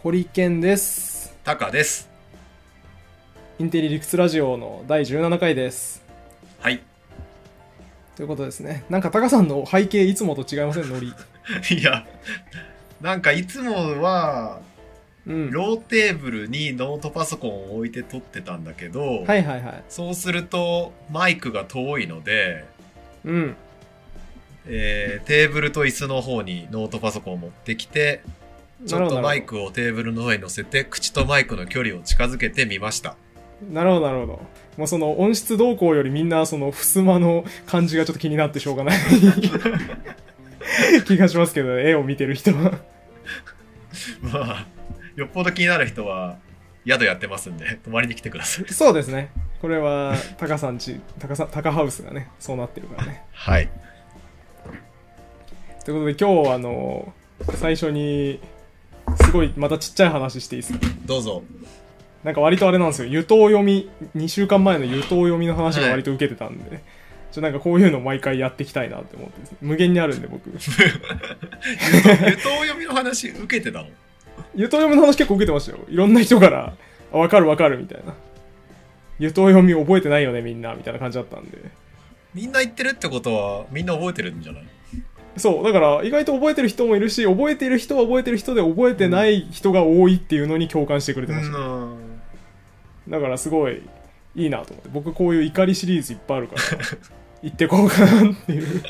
ホリケンです。 タカです。 インテリ理屈ラジオの第17回です。 はい。 ということですね。なんかタカさんの背景いつもと違いません？ノリ。 いや、なんかいつもは、 うん。 ローテーブルにノートパソコンを置いて撮ってたんだけど、 はいはいはい。 そうするとマイクが遠いので、 うん。 テーブルと椅子の方にノートパソコンを持ってきて、ちょっなるほどなるほとマイクをテーブルの上に乗せて、口とマイクの距離を近づけてみました。 ど。なるほどなるほど。もうその音質動向よりみんなその襖の感じがちょっと気になってしょうがない気がしますけどね、絵を見てる人は。 まあ、よっぽど気になる人は宿やってますんで、泊まりに来てください。 そうですね。これはタカさんち、タカハウスがね、そうなってるからね。 はい。 ということで今日最初にすごいまたちっちゃい話していいですか？ どうぞ。 なんか割とあれなんですよ、湯島読み、2週間前の湯島読みの話が割と受けてたんで、なんかこういうの毎回やっていきたいなって思ってですね、無限にあるんで僕。湯島読みの話受けてたの？ 読みの話結構受けてましたよ。いろんな人から、あ、わかるわかるみたいな。湯島読み覚えてないよねみんなみたいな感じだったんで。 みんな言ってるってことはみんな覚えてるんじゃない？ そう、だから意外と覚えてる人もいるし、覚えてる人は覚えてる人で覚えてない人が多いっていうのに共感してくれてました、だからすごいいいなと思って、僕こういう怒りシリーズいっぱいあるから言ってこうかなっていう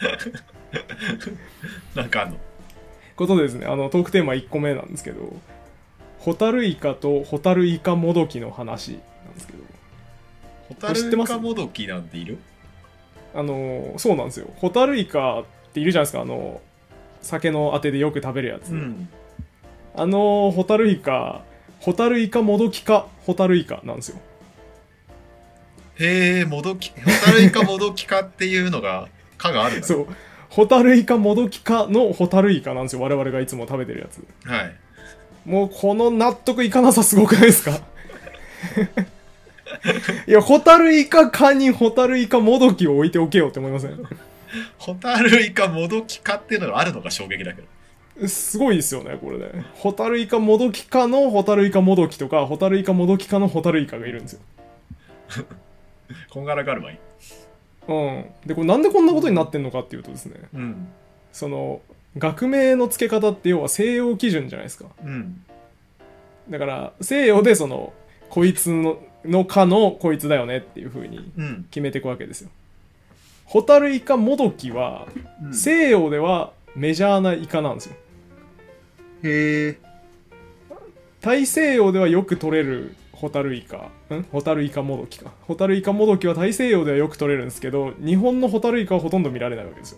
なんかあんの？ ことですね。トークテーマ1個目なんですけど、ホタルイカとホタルイカモドキの話なんですけど、 ホタルイカモドキなんている？ そうなんですよ。ホタルイカっているじゃないですか、酒のあてでよく食べるやつ、ホタルイカ、ホタルイカモドキかホタルイカなんですよ。 へえ、ホタルイカモドキかっていうのが科があるんだ、ね、 そう、ホタルイカモドキかのホタルイカなんですよ、我々がいつも食べてるやつ。 はい。 もうこの納得いかなさすごくないですか？いや、ホタルイカ科にホタルイカモドキを置いておけよって思いません？ ホタルイカモドキかっていうのがあるのが衝撃だけど。 すごいですよね、これね。ホタルイカモドキ科のホタルイカモドキとか、ホタルイカモドキ科のホタルイカがいるんですよ。 こんがらがるわいい。 うん。で、これなんでこんなことになってんのかっていうとですね、 うん。 その、学名の付け方って要は西洋基準じゃないですか。 うん。 だから、西洋でその、こいつの科のこいつだよねっていう風に決めていくわけですよ。ホタルイカモドキは、西洋ではメジャーなイカなんですよ。 へえ。 大西洋ではよく取れるホタルイカ、ホタルイカモドキか。ホタルイカモドキは大西洋ではよく取れるんですけど、日本のホタルイカはほとんど見られないわけですよ。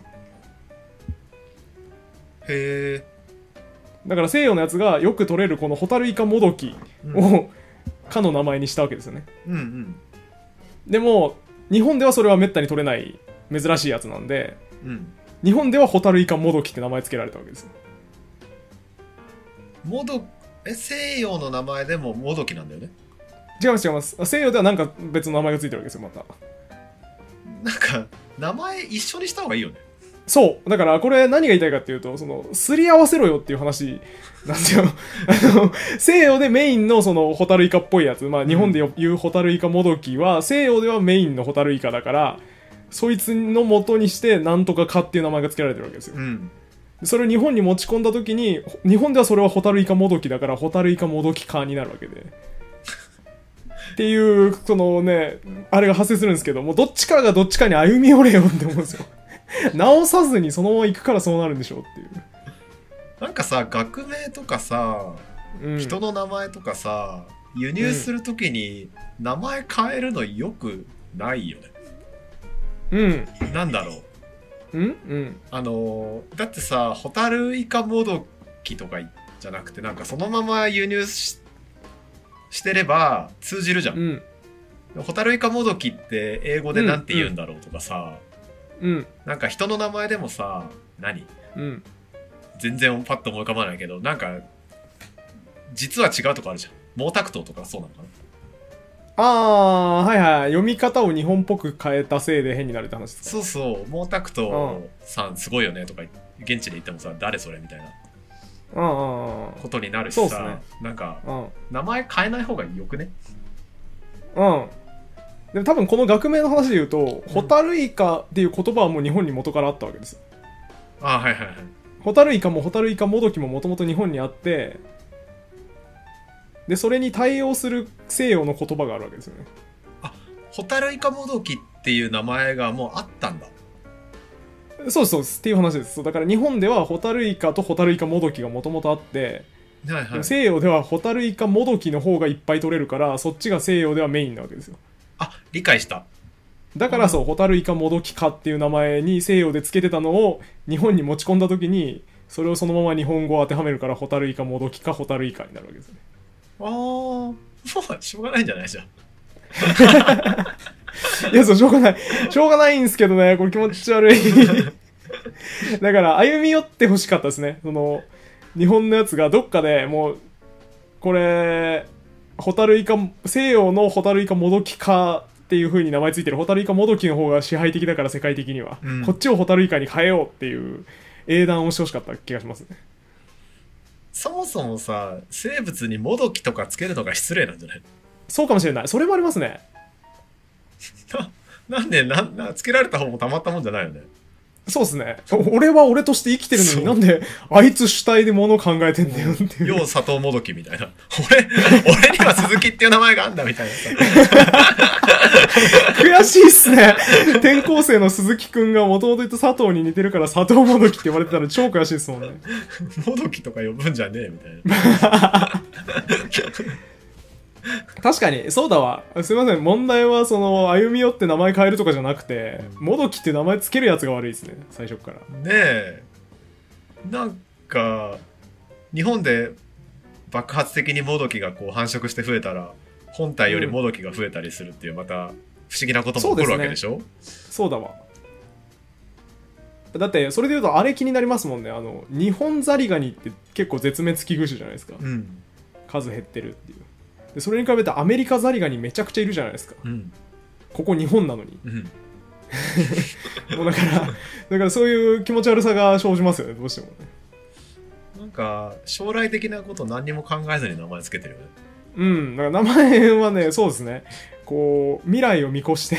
へえ。 だから西洋のやつがよく取れるこのホタルイカモドキを、科の名前にしたわけですよね。 うんうん。 でも、日本ではそれはめったに取れない珍しいやつなんで、 うん。 日本ではホタルイカモドキって名前付けられたわけですよ。 西洋の名前でもモドキなんだよね。 違います違います。西洋ではなんか別の名前が付いてるわけですよ、また。 なんか、名前一緒にした方がいいよね。 そう。だからこれ何が言いたいかっていうと、すり合わせろよっていう話なんですよ。西洋でメインのそのホタルイカっぽいやつ、まあ日本で言うホタルイカモドキは、西洋ではメインのホタルイカだから、そいつの元にしてなんとかかっていう名前が付けられてるわけですよ。それを日本に持ち込んだ時に、日本ではそれはホタルイカモドキだから、ホタルイカモドキ科になるわけで。っていう、そのね、あれが発生するんですけど、もうどっちかがどっちかに歩み寄れよって思うんですよ。直さずにそのまま行くからそうなるんでしょうっていう。 なんかさ、学名とかさ、人の名前とかさ、輸入するときに名前変えるのよくないよね。なんだろう。だってさ、ホタルイカモドキとかじゃなくて、なんかそのまま輸入してれば通じるじゃん。ホタルイカモドキって英語でなんて言うんだろうとかさ、なんか人の名前でもさ、全然パッと思い浮かばないけど、なんか実は違うとこあるじゃん。毛沢東とかそうなのかな。 ああー、はいはい。読み方を日本っぽく変えたせいで変になるって話ですか。 そうそう、毛沢東さんすごいよねとか現地で言ってもさ、誰それみたいな。 ことになるしさ、ね、なんか、名前変えない方がよくね。 でも多分この学名の話で言うと、ホタルイカっていう言葉はもう日本に元からあったわけですよ。 はいはいはい。 ホタルイカもホタルイカもどきももともと日本にあって、でそれに対応する西洋の言葉があるわけですよね。 ホタルイカもどきっていう名前がもうあったんだ。 そうそうっていう話です。だから日本ではホタルイカとホタルイカもどきがもともとあって、はいはい、西洋ではホタルイカもどきの方がいっぱい取れるから、そっちが西洋ではメインなわけですよ。 理解した。 だからそう、ホタルイカもどきかっていう名前に西洋でつけてたのを日本に持ち込んだ時に、それをそのまま日本語を当てはめるから、ホタルイカもどきかホタルイカになるわけですね。 もうしょうがないんじゃないじゃん。 いや、そう、しょうがないんですけどね、これ気持ち悪い。だから歩み寄ってほしかったですね。その日本のやつがどっかでもうこれホタルイカ、西洋のホタルイカもどきかっていう風に名前ついてるホタルイカもどきの方が支配的だから、世界的には、こっちをホタルイカに変えようっていう英断をしてほしかった気がしますね。 そもそもさ、生物にもどきとかつけるのが失礼なんじゃない？ そうかもしれない。それもありますね。 なんでつけられた方もたまったもんじゃないよね。 そうですね。俺は俺として生きてるのに、なんであいつ主体で物を考えてんだよっていう。 要佐藤もどきみたいな。俺には鈴木っていう名前があんだみたいなさ。 悔しいっすね。転校生の鈴木くんがもともと言った佐藤に似てるから佐藤もどきって呼ばれてたら超悔しいっすもんね。 もどきとか呼ぶんじゃねえみたいな。 確かにそうだわ。すいません、問題はその歩み寄って名前変えるとかじゃなくて、もどきって名前つけるやつが悪いですね、最初から。 ねえ、なんか日本で爆発的にもどきがこう繁殖して増えたら、本体よりもどきが増えたりするっていう、また不思議なことも起こるわけでしょ。 そうだわ。だってそれでいうとあれ気になりますもんね。ニホンザリガニって結構絶滅危惧種じゃないですか、数減ってるっていう。でそれに比べてアメリカザリガニめちゃくちゃいるじゃないですか、ここ日本なのに、もうだからそういう気持ち悪さが生じますよね、どうしてもね。 なんか将来的なこと何にも考えずに名前つけてるよね。 だから名前はね、そうですね、こう未来を見越して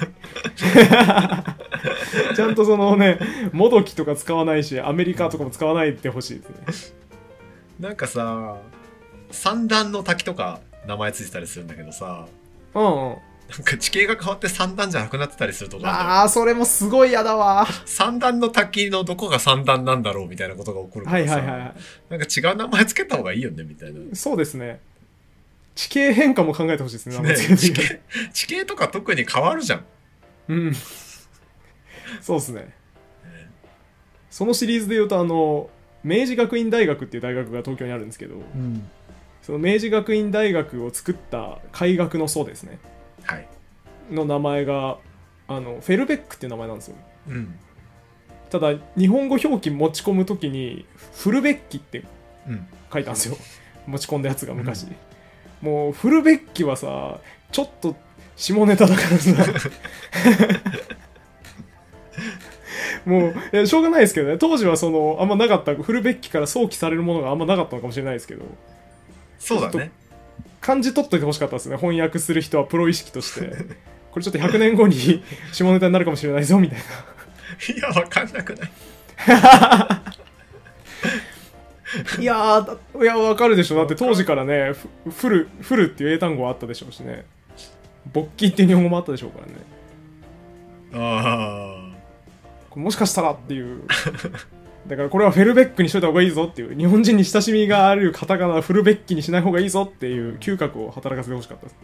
ちゃんとそのね、もどきとか使わないし、アメリカとかも使わないでほしいですね。 なんかさ、三段の滝とか名前ついてたりするんだけどさ、なんか地形が変わって三段じゃなくなってたりするとか。 それもすごい嫌だわ。 三段の滝のどこが三段なんだろうみたいなことが起こるからさ、なんか違う名前つけた方がいいよねみたいな。 そうですね。地形変化も考えてほしいですね。 地形とか特に変わるじゃん。 そうですね。そのシリーズでいうと明治学院大学っていう大学が東京にあるんですけど、その明治学院大学を作った開学の祖ですね、の名前がフェルベックっていう名前なんですよ、ただ日本語表記持ち込むときにフルベッキって書いたんですよ、持ち込んだやつが昔、もうフルベッキはさ、ちょっと下ネタだからさもうしょうがないですけどね。当時はあんまなかった、フルベッキから想起されるものがあんまなかったのかもしれないですけど、 そうだね、 漢字取っといてほしかったですね。翻訳する人はプロ意識としてこれちょっと100年後に下ネタになるかもしれないぞみたいな。いや、わかんなくないいやわかるでしょ。だって当時からね、フルっていう英単語はあったでしょうしね、勃起っていう日本語もあったでしょうからね。もしかしたらっていうだからこれはフェルベックにしといた方がいいぞっていう、日本人に親しみがあるカタカナはフルベッキにしない方がいいぞっていう嗅覚を働かせてほしかったです。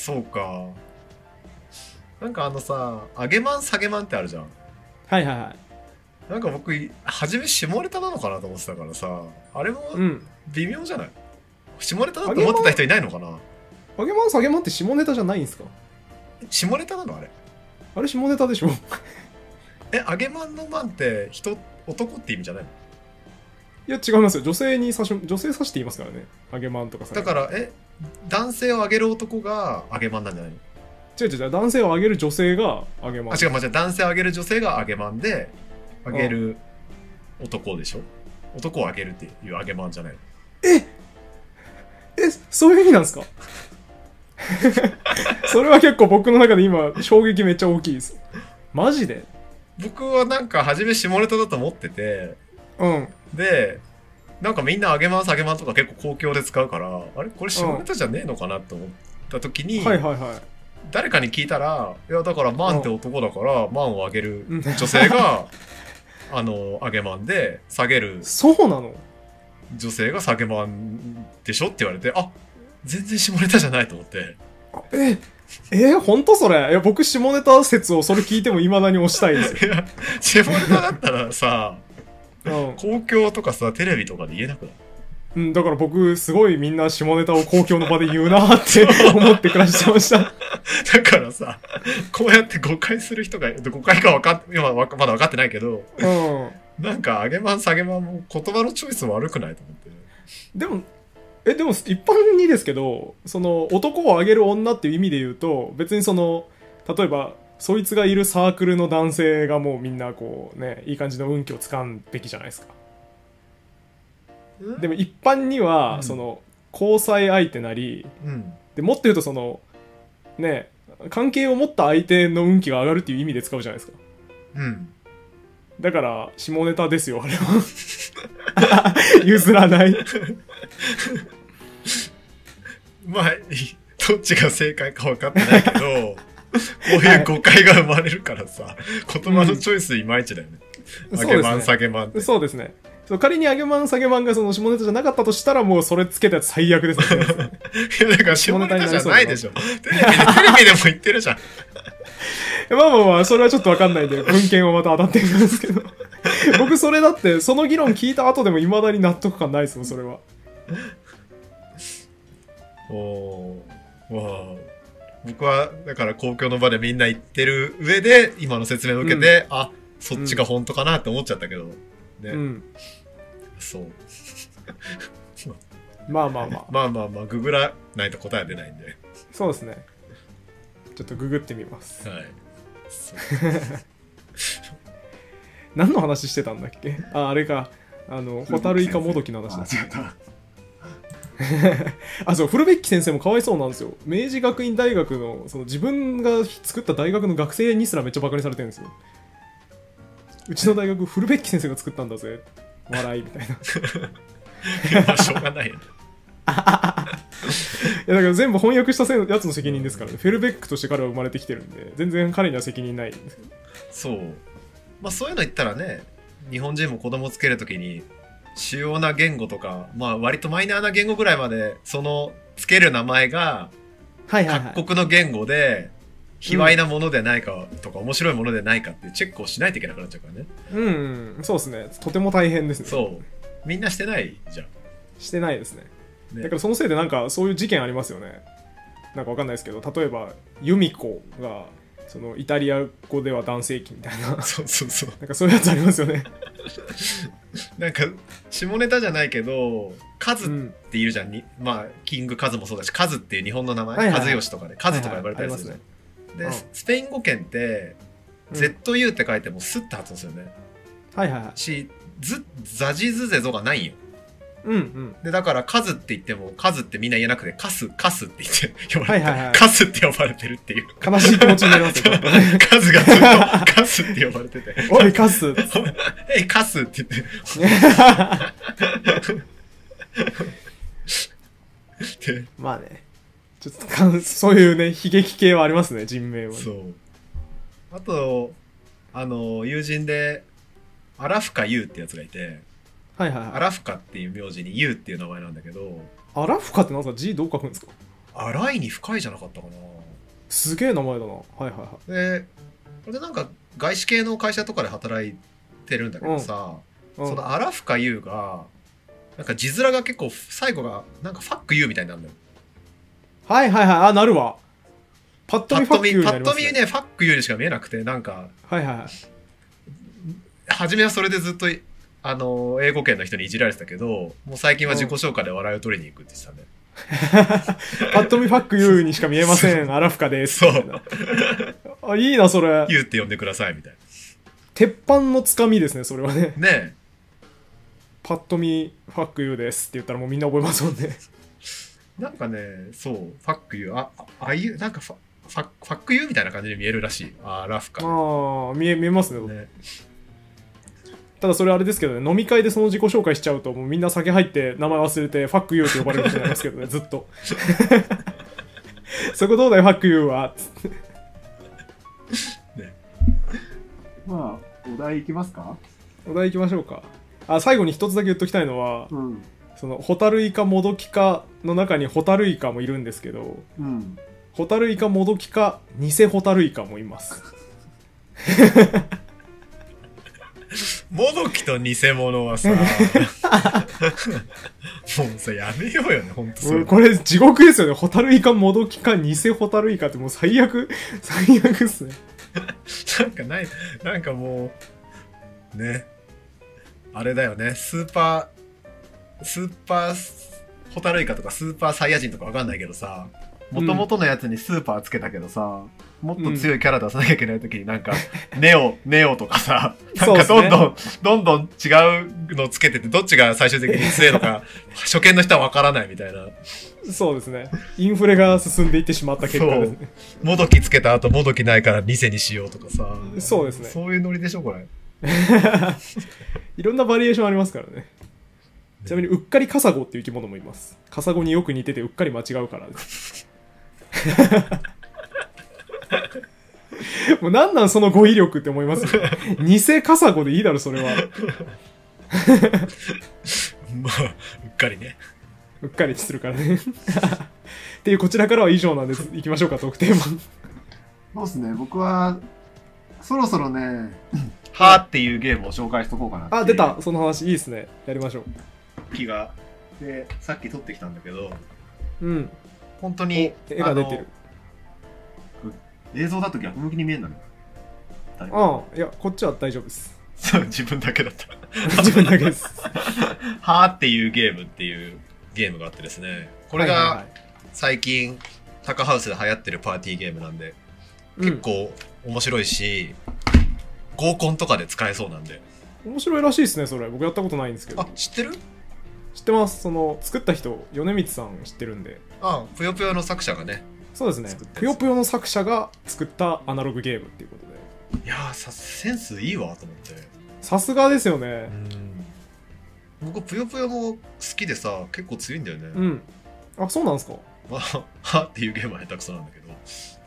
そうか。なんかさ、上げマン下げマンってあるじゃん。なんか僕初め下ネタなのかなと思ってたからさ、あれも微妙じゃない、下ネタだと思ってた人いないのかな。 上げマン下げマンって下ネタじゃないんですか。 下ネタなのあれ下ネタでしょ上げマンのマンって男って意味じゃないの？ いや違いますよ。女性指して言いますからね、上げマンとかさ。 だから男性を上げる男が上げマンなんじゃないの？ 違う、男性を上げる女性が上げマン。 違う、男性を上げる女性が上げマンで、上げる男でしょ。 男をあげるっていうあげまんじゃない。 そういう意味なんですか？それは結構僕の中で今衝撃めっちゃ大きいです。マジで？ 僕はなんか初め下ネタだと思ってて、 うん。 でなんかみんなあげまん下げまんとか結構公共で使うから、あれこれ下ネタじゃねえのかなって思った時に、 はいはいはい。 誰かに聞いたら、いやだからマンって男だからマンをあげる女性があげまんで、下げるそうなの？ 女性が下げまんでしょって言われて、あ、全然下ネタじゃないと思って。 ほんとそれ？いや、僕下ネタ説をそれ聞いても未だに押したいですよ。 いや、下ネタだったらさ、 うん。 公共とかさ、テレビとかで言えなくない？ うん、だから僕、すごいみんな下ネタを公共の場で言うなって思って暮らしてました。 だからさ、こうやって誤解する人が、誤解か今まだ分かってないけど、 うん。 なんか上げまん下げまんも言葉のチョイス悪くないと思って。 でも、でも一般にですけど、その男をあげる女っていう意味で言うと、別にその、例えば、そいつがいるサークルの男性がもうみんなこうね、いい感じの運気をつかんべきじゃないですか。でも一般には、 うん、 その交際相手なり、 うん、 でもっと言うとそのね、関係を持った相手の運気が上がるっていう意味で使うじゃないですか。 うん、 だから下ネタですよあれは。譲らない。 まあどっちが正解か分かってないけど、こういう誤解が生まれるからさ、言葉のチョイスいまいちだよね。上げまん下げまんって。 そうですね。仮に上げまん下げまんがその下ネタじゃなかったとしたら、もうそれつけたやつ最悪ですね。 いやだから下ネタじゃないでしょ。テレビでも言ってるじゃん。 まあまあまあ、それはちょっと分かんないんで文献をまた当たってみますけど。僕それだってその議論聞いた後でも未だに納得感ないですもん、それは。 僕はだから公共の場でみんな言ってる上で今の説明を受けて、あ、そっちが本当かなって思っちゃったけど、ね、そう。 まあまあググらないと答えは出ないんで。 そうですね。ちょっとググってみます。 はい。 何の話してたんだっけ？あれか、ホタルイカもどきの話だ。そう、フルベッキ先生もかわいそうなんですよ。明治学院大学の、その自分が作った大学の学生にすらめっちゃバカにされてるんですよ。うちの大学フルベッキ先生が作ったんだぜ、笑いみたいな。 まあしょうがないよね。 いやだから全部翻訳したやつの責任ですからね。フェルベックとして彼は生まれてきてるんで、全然彼には責任ないんですけど。 そう、まあそういうの言ったらね、日本人も子供つけるときに主要な言語とか、まあ割とマイナーな言語ぐらいまでそのつける名前が各国の言語で卑猥なものでないかとか、面白いものでないかっていうチェックをしないといけなくなっちゃうからね。 そうですね。とても大変ですね。 そう、みんなしてないじゃん。してないですね。だからそのせいでなんかそういう事件ありますよね。なんかわかんないですけど、例えばユミコがそのイタリア語では男性器みたいな、 そうなんかそういうやつありますよね。 なんか下ネタじゃないけどカズっているじゃん、まあキングカズもそうだし、カズっていう日本の名前、カズヨシとかでカズとか呼ばれたりするじゃん、で、スペイン語圏って、ZU って書いてもスッて発音するよね。し、ザジズゼゾがないよ。でだからカズって言ってもカズってみんな言えなくてカスって言って呼ばれて、カスって呼ばれてるっていう悲しい気持ちになりますよ。 カズがずっとカスって呼ばれてて、 おいカスカスって言ってまあね、ちょっとそういうね悲劇系はありますね、人名は。 そう。あと友人でアラフカユウってやつがいて、アラフカっていう名字にユウっていう名前なんだけど、 アラフカってなんですか？字どう書くんですか？ 荒いに深いじゃなかったかな。 すげえ名前だな。 でこれなんか外資系の会社とかで働いてるんだけどさ、そのアラフカユウがなんか字面が結構最後がなんかファックユーみたいになるんだよ。 あ、なるわ。パッと見ファックユーになりますね。 パッと見ね、ファックユーにしか見えなくて、なんか初めはそれでずっと英語圏の人にいじられてたけど、もう最近は自己紹介で笑いを取りに行くって言ってたね。 パッと見ファックユーにしか見えません。アラフカです。 そう。 あ、いいなそれ。 ユーって呼んでくださいみたいな。 鉄板のつかみですね、それはね。 ねえ。 パッと見「ファックユーです」って言ったらもうみんな覚えますもんね。 なんかね、そう、ファックユー、ああいう、なんかファックユーみたいな感じで見えるらしい。ラフか。 見えますね。 ね。 ただそれあれですけどね、飲み会でその自己紹介しちゃうともうみんな酒入って名前忘れて「ファックユー」って呼ばれることになりますけどね、ずっと。そこどうだよファックユーはつって。 ね。 まあ、お題いきますか？ お題いきましょうか。最後に一つだけ言っときたいのは、 うん。 そのホタルイカモドキカの中にホタルイカもいるんですけど、 うん。 ホタルイカモドキカ偽ホタルイカもいます。 もどきと偽物はさ、もうさ、やめようよね、ほんとそう。 これ地獄ですよね。ホタルイカモドキカ偽ホタルイカってもう最悪っすね。 なんかもう、ね。あれだよね、スーパーホタルイカとかスーパーサイヤ人とかわかんないけどさ、元々のやつにスーパーつけたけどさ、もっと強いキャラ出さなきゃいけないときになんか、ネオとかさ、なんかどんどん違うのつけてて、どっちが最終的に強いのか、初見の人はわからないみたいな。 そうですね。インフレが進んでいってしまった結果ですね。 もどきつけた後、もどきないから偽にしようとかさ。 そうですね。 そういうノリでしょ、これ。 いろんなバリエーションありますからね。ちなみに、うっかりカサゴっていう生き物もいます。カサゴによく似ててうっかり間違うからです。もうなんなんその語彙力って思いますよ。偽カサゴでいいだろそれは。 まあ、うっかりね。 うっかりするからね。っていうこちらからは以上なんです。行きましょうか、トークテーマ。 そうですね、僕はそろそろね、はーっていうゲームを紹介しとこうかな。 出た、その話いいですね。やりましょう。気が。で、さっき撮ってきたんだけど、 うん。 本当に絵が出てる。 映像だと逆向きに見えるんだね。 いや、こっちは大丈夫です。 そう、自分だけだった。 自分だけです。 はーっていうゲームっていうゲームがあってですね、これが最近タカハウスで流行ってるパーティーゲームなんで、結構面白いし、合コンとかで使えそうなんで。 面白いらしいですね、それ。僕やったことないんですけど。 知ってる？ 知ってます。作った人、米光さん知ってるんで。 ぷよぷよの作者がね。 そうですね。ぷよぷよの作者が作ったアナログゲームっていうことで。 いやー、センスいいわと思って。 さすがですよね。 僕、ぷよぷよも好きでさ、結構強いんだよね。 うん。そうなんですか？ はっていうゲームは下手くそなんだけど。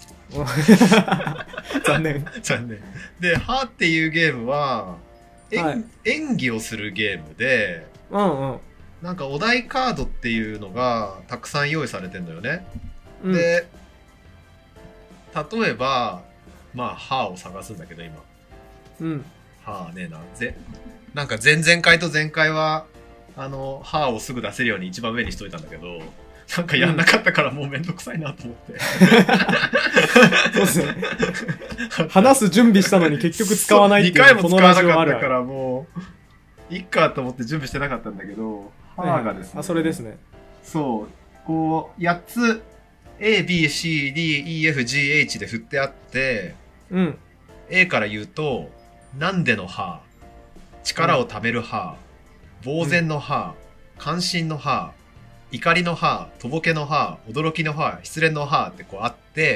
残念。 で、はっていうゲームは、演技をするゲームで、なんかお題カードっていうのがたくさん用意されてんだよね。で、例えば、まあ、はを探すんだけど、今。はねえな。なんか前々回と前回は、はをすぐ出せるように一番上にしといたんだけど、なんかやんなかったからもうめんどくさいなと思って。 そうですね。話す準備したのに結局使わないっていう 2回も使わなかったからもう、いっかと思って準備してなかったんだけど、はがですね。 それですね。 そう。こう、8つ、 A, B, C, D, E, F, G, H で振ってあって、A から言うと、なんでのは、力をためるは、呆然のは、関心のは、怒りのは、とぼけのは、驚きのは、失恋のはってこうあって、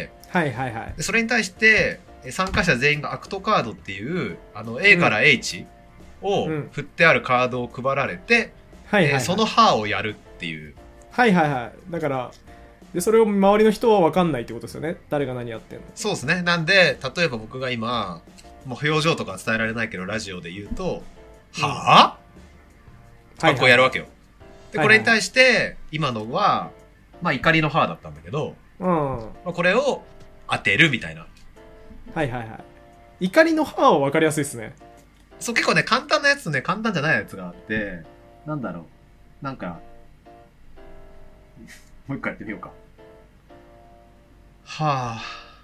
でそれに対して参加者全員がアクトカードっていうA から H を振ってあるカードを配られて、そのはをやるっていう。 だからでそれを周りの人は分かんないってことですよね。誰が何やってんの。 そうですね。なんで例えば僕が今もう表情とか伝えられないけどラジオで言うと、はぁ、こうやるわけよ。でこれに対して今のはまあ怒りのはだったんだけど、まあ、これを当てるみたいな。 怒りのはは分かりやすいですね。 そう、結構ね簡単なやつとね簡単じゃないやつがあって、なんだろう、なんかもう一回やってみようか。はぁ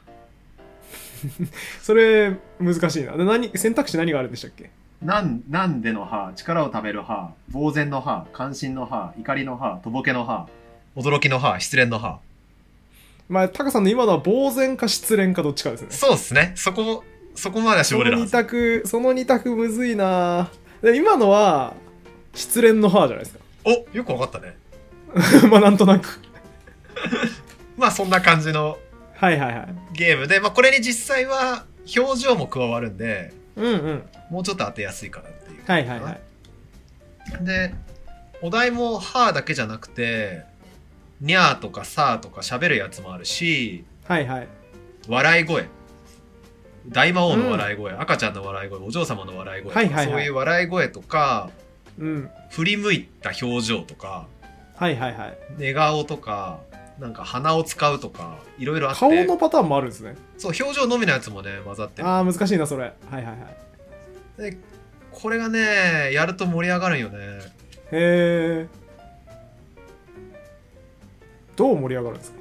それ難しいな。で選択肢何があるんでしたっけ。 なんでのは、力をためるは、呆然のは、関心のは、怒りのは、とぼけのは、 驚きのは、失恋のは。 まあタカさんの今のは呆然か失恋かどっちかですね。 そうですね。そこまでは絞れるはず。 その二択むずいな。で今のは失恋の歯じゃないですか。 お、よくわかったね。 まあなんとなくまあそんな感じのはいはいはいゲームで、まあこれに実際は表情も加わるんで、 うんうんもうちょっと当てやすいかなっていう。 はいはいはい。 で、お題も歯だけじゃなくて、にゃーとかさーとか喋るやつもあるし、 はいはい。 笑い声。大魔王の笑い声、赤ちゃんの笑い声、お嬢様の笑い声とか、 はいはいはい、 そういう笑い声とか、 うん、 振り向いた表情とか、 はいはいはい。 寝顔とか、なんか鼻を使うとか、いろいろあって。 顔のパターンもあるんですね。 そう、表情のみのやつもね、混ざってる。 ああ、難しいな、それ。はいはいはい。 で、これがね、やると盛り上がるんよね。 へえ。どう盛り上がるんですか？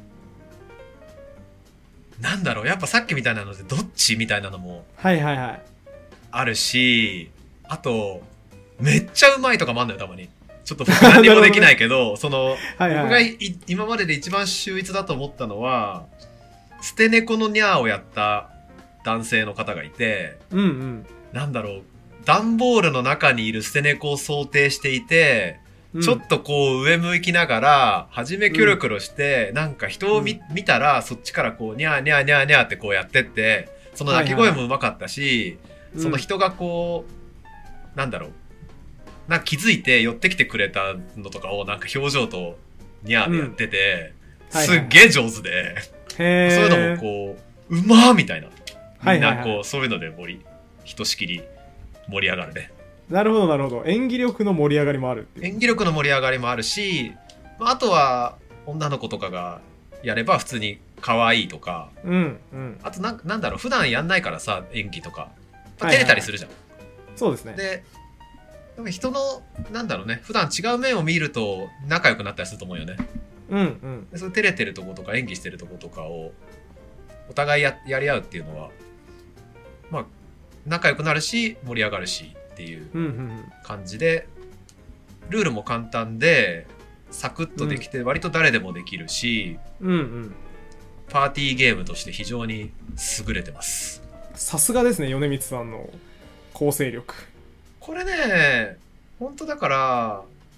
なんだろう、やっぱさっきみたいなので、どっちみたいなのもはいはいはい。 あるし、あと、めっちゃうまいとかもあんのよ、たまに。ちょっと僕何にもできないけど、その、 はいはい、 僕が今までで一番秀逸だと思ったのは、捨て猫のニャーをやった男性の方がいて、 うんうん、 なんだろう、段ボールの中にいる捨て猫を想定していて、 うん、 ちょっとこう上向きながら、はじめキョロキョロして、なんか人を見たら、そっちからこう、ニャーニャーニャーニャーってこうやってって、その鳴き声もうまかったし、その人がこう、なんだろう、なんか気づいて寄ってきてくれたのとかをなんか表情とニャーでやってて、すっげえ上手で、そういうのもこう、うまーみたいな。みんなこう、そういうのでひとしきり盛り上がるね。 なるほどなるほど。演技力の盛り上がりもあるっていう。 演技力の盛り上がりもあるし、あとは女の子とかがやれば普通に可愛いとか、 うんうん、 あとなんだろう、普段やんないからさ、演技とか。照れたりするじゃん。 そうですね。 でも人の、なんだろうね、普段違う面を見ると仲良くなったりすると思うよね。 うんうん。 でそういう照れてるとことか演技してるとことかをお互いやり合うっていうのは、まあ、仲良くなるし、盛り上がるしっていう感じで、ルールも簡単で、サクッとできて、割と誰でもできるし、 うんうん、 パーティーゲームとして非常に優れてます。 さすがですね、米光さんの構成力。 これね、本当だから、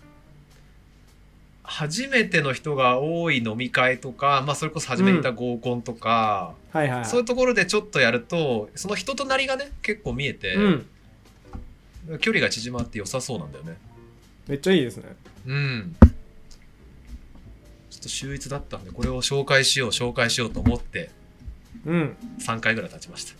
初めての人が多い飲み会とか、まあそれこそ初めに言った合コンとか、 はいはい、 そういうところでちょっとやると、その人となりがね、結構見えて、距離が縮まって良さそうなんだよね。 めっちゃいいですね。 うん。ちょっと秀逸だったんで、これを紹介しようと思って、3回ぐらい経ちました。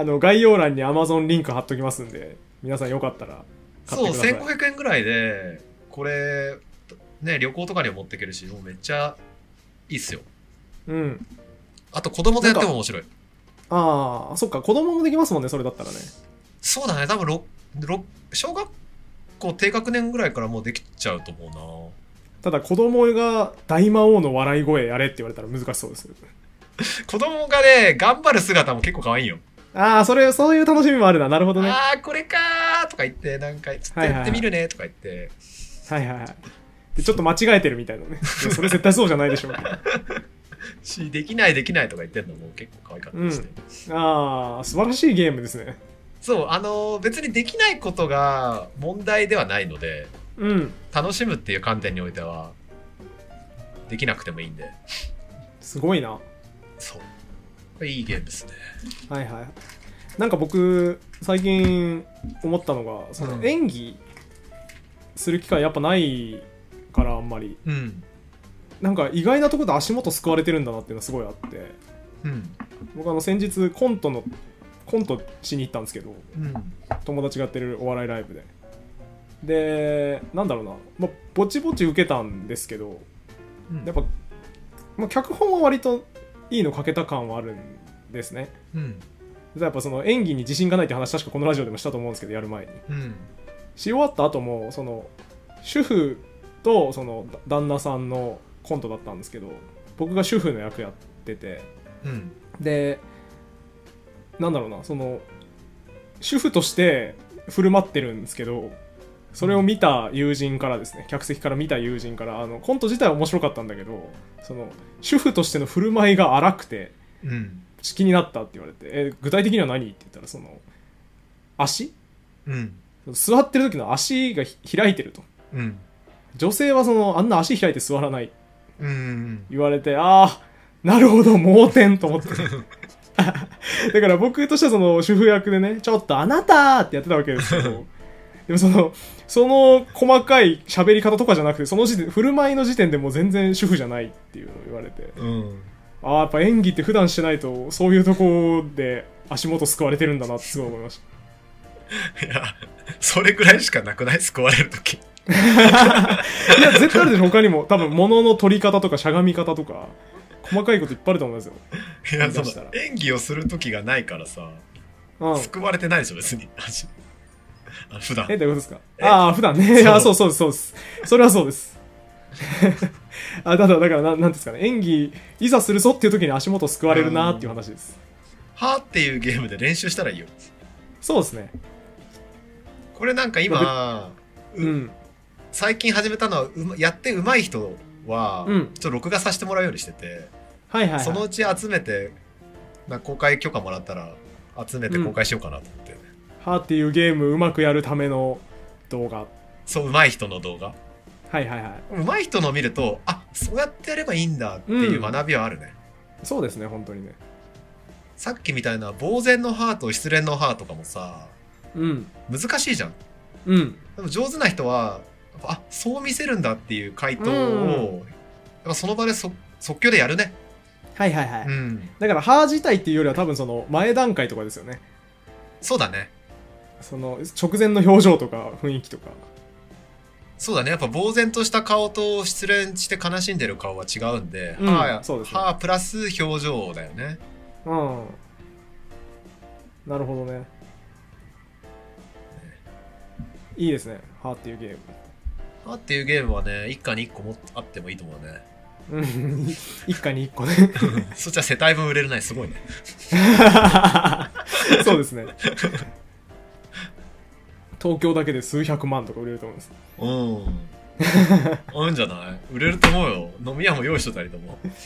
概要欄に Amazon リンク貼っときますんで、皆さんよかったら買ってください。 そう、1500円ぐらいで、これ、ね、旅行とかにも持っていけるし、もうめっちゃいいっすよ。 うん。 あと子供とやっても面白い。 ああ、そっか、子供もできますもんね、それだったらね。 そうだね、多分小学校低学年ぐらいからもうできちゃうと思うな。 ただ子供が大魔王の笑い声やれって言われたら難しそうです。 子供がね、頑張る姿も結構可愛いよ。 ああ、そういう楽しみもあるな。なるほどね。 ああ、これかーとか言って、なんか、ちょっとやってみるねとか言って。 はいはいはい。でちょっと間違えてるみたいなね。それ絶対そうじゃないでしょうし、できないとか言ってんのも結構可愛かったりして。 ああ、素晴らしいゲームですね。 そう、別にできないことが問題ではないので、楽しむっていう観点においては、できなくてもいいんで。 すごいな。 そう。いいゲームですね。 はいはい。なんか僕、最近思ったのが、その演技する機会やっぱないから、あんまり。なんか意外なところで足元救われてるんだなっていうのがすごいあって。僕先日コントしに行ったんですけど、友達がやってるお笑いライブで。で、なんだろうな、まあ、ぼちぼち受けたんですけど、やっぱ、まあ、脚本は割といいの書けた感はあるんですね。やっぱその演技に自信がないって話確かこのラジオでもしたと思うんですけど、やる前に。し終わった後もその主婦とその旦那さんのコントだったんですけど、僕が主婦の役やってて、で、なんだろうな、その主婦として振る舞ってるんですけど、それを見た友人からですね、客席から見た友人から、コント自体は面白かったんだけど、その主婦としての振る舞いが荒くて、気になったって言われて、具体的には何って言ったら、その足、 座ってる時の足が開いてると。 うん。 女性はあんな足開いて座らない。 うん。 言われて、ああ、なるほど、盲点と思って。だから僕としては主婦役でね、ちょっとあなたってやってたわけですけど、でもその細かい喋り方とかじゃなくて、その時点、振る舞いの時点でもう全然主婦じゃないっていうのを言われて、 うん。 ああ、やっぱ演技って普段してないと、そういうとこで足元救われてるんだなってすごい思いました。 いや、それぐらいしかなくない？救われるとき。 いや、絶対あるでしょ、他にも。多分、物の取り方とか、しゃがみ方とか、細かいこといっぱいあると思いますよ。 いや、演技をするときがないからさ、救われてないでしょ、別に。普段。 どういうことですか？ああ、普段ね。あ、そうです。それはそうです。だからなんですかね、演技、いざするぞっていう時に足元救われるなっていう話です。 はーっていうゲームで練習したらいいよ。 そうですね。 これなんか今、最近始めたのは、やって上手い人は、ちょっと録画させてもらうようにしてて、そのうち集めて、公開許可もらったら、集めて公開しようかなと思って。 はーっていうゲームうまくやるための動画。 そう、上手い人の動画。 上手い人のを見ると、あ、そうやってやればいいんだっていう学びはあるね。 そうですね、本当にね。 さっきみたいな呆然の歯と失恋の歯とかもさ、難しいじゃん。でも上手な人は、あ、そう見せるんだっていう回答を、やっぱその場で即興でやるね。 だから歯自体っていうよりは多分前段階とかですよね。 そうだね。 直前の表情とか雰囲気とか。 そうだね。やっぱ呆然とした顔と失恋して悲しんでる顔は違うんで、歯プラス表情だよね。 なるほどね。いいですね、歯っていうゲーム。 歯っていうゲームはね、一家に一個あってもいいと思うね。 一家に一個ね。 そっちは世帯分売れるね、すごいね。 そうですね。東京だけで数百万とか売れると思います。 あるんじゃない？売れると思うよ。飲み屋も用意しとったりと思う。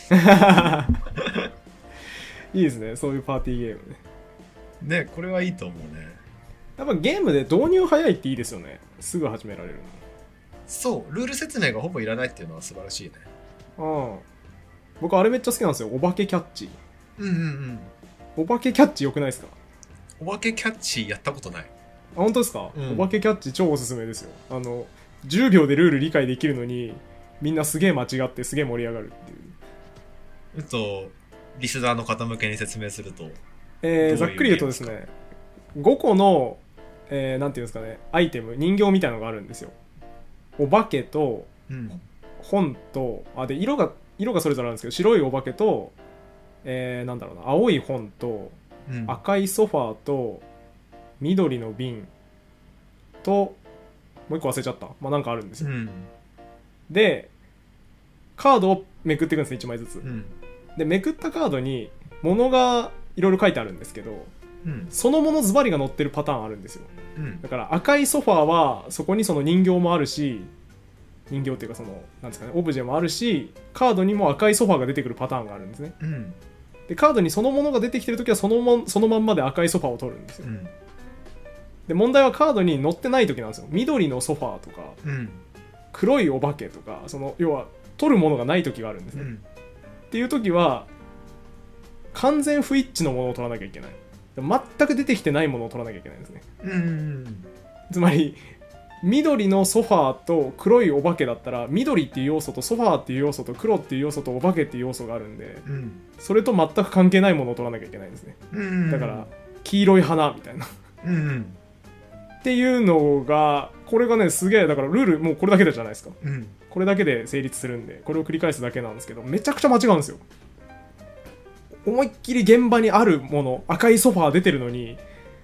いいですね、そういうパーティーゲームね。ね、これはいいと思うね。 やっぱゲームで導入早いっていいですよね。すぐ始められるの。 そう、ルール説明がほぼいらないっていうのは素晴らしいね。 僕あれめっちゃ好きなんですよ。お化けキャッチ。お化けキャッチ良くないですか？ お化けキャッチやったことない。 本当ですか？お化けキャッチ超おすすめですよ。10秒でルール理解できるのにみんなすげえ間違ってすげえ盛り上がるっていう。 リスナーの方向けに説明すると、 ざっくり言うとですね、5個の、なんていうんですかね、アイテム、人形みたいなのがあるんですよ。お化けと、本と、で色がそれぞれあるんですけど、白いお化けと、なんだろうな、青い本と、赤いソファーと、緑の瓶と、もう一個忘れちゃった。なんかあるんですよ。で、カードをめくっていくんですね、1枚ずつ。で、めくったカードに物がいろいろ書いてあるんですけど、そのものズバリが載ってるパターンあるんですよ。だから赤いソファーはそこにその人形もあるし、人形っていうかなんですかね、オブジェもあるし、カードにも赤いソファーが出てくるパターンがあるんですね。で、カードにそのものが出てきてるときはそのまんまで赤いソファーを取るんですよ。で、問題はカードに載ってないときなんですよ。緑のソファーとか、黒いお化けとか、要は取るものがないときがあるんですね。っていうときは完全不一致のものを取らなきゃいけない。全く出てきてないものを取らなきゃいけないんですね。つまり緑のソファーと黒いお化けだったら、緑っていう要素とソファーっていう要素と黒っていう要素とお化けっていう要素があるんで、それと全く関係ないものを取らなきゃいけないんですね。だから黄色い花みたいなっていうのが、これがね、すげえ、だからルールもうこれだけでじゃないですか。これだけで成立するんで、これを繰り返すだけなんですけど、めちゃくちゃ間違うんですよ。思いっきり現場にあるもの、赤いソファー出てるのに、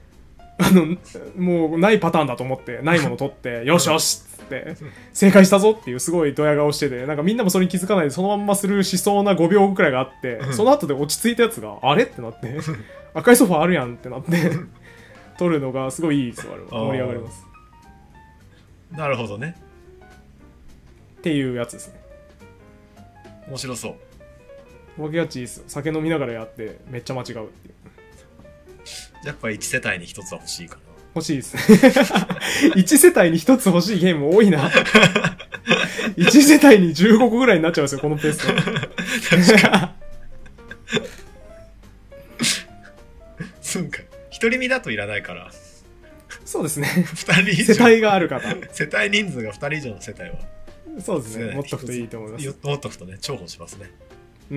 もうないパターンだと思って、ないもの取って、よしよしっつって、正解したぞっていうすごいドヤ顔してて、なんかみんなもそれに気づかないでそのまんまスルーしそうな5秒後くらいがあって、その後で落ち着いたやつが、あれってなって、赤いソファーあるやんってなって、取るのがすごいいいですよ、あれは。盛り上がります。 なるほどね。 っていうやつですね。 面白そう。 お化けキャッチいいですよ。酒飲みながらやってめっちゃ間違うっていう。 やっぱ1世帯に1つは欲しいか欲しいですね。1世帯に1つ欲しいゲーム多いな。1世帯に15個ぐらいになっちゃうんですよ、このペースで。 確かに。そうか。一人身だといらないから。 そうですね。 2人以上。 世帯がある方。 世帯人数が2人以上の世帯は。 そうですね。持っとくといいと思います。 持っとくとね、重宝しますね。 うん。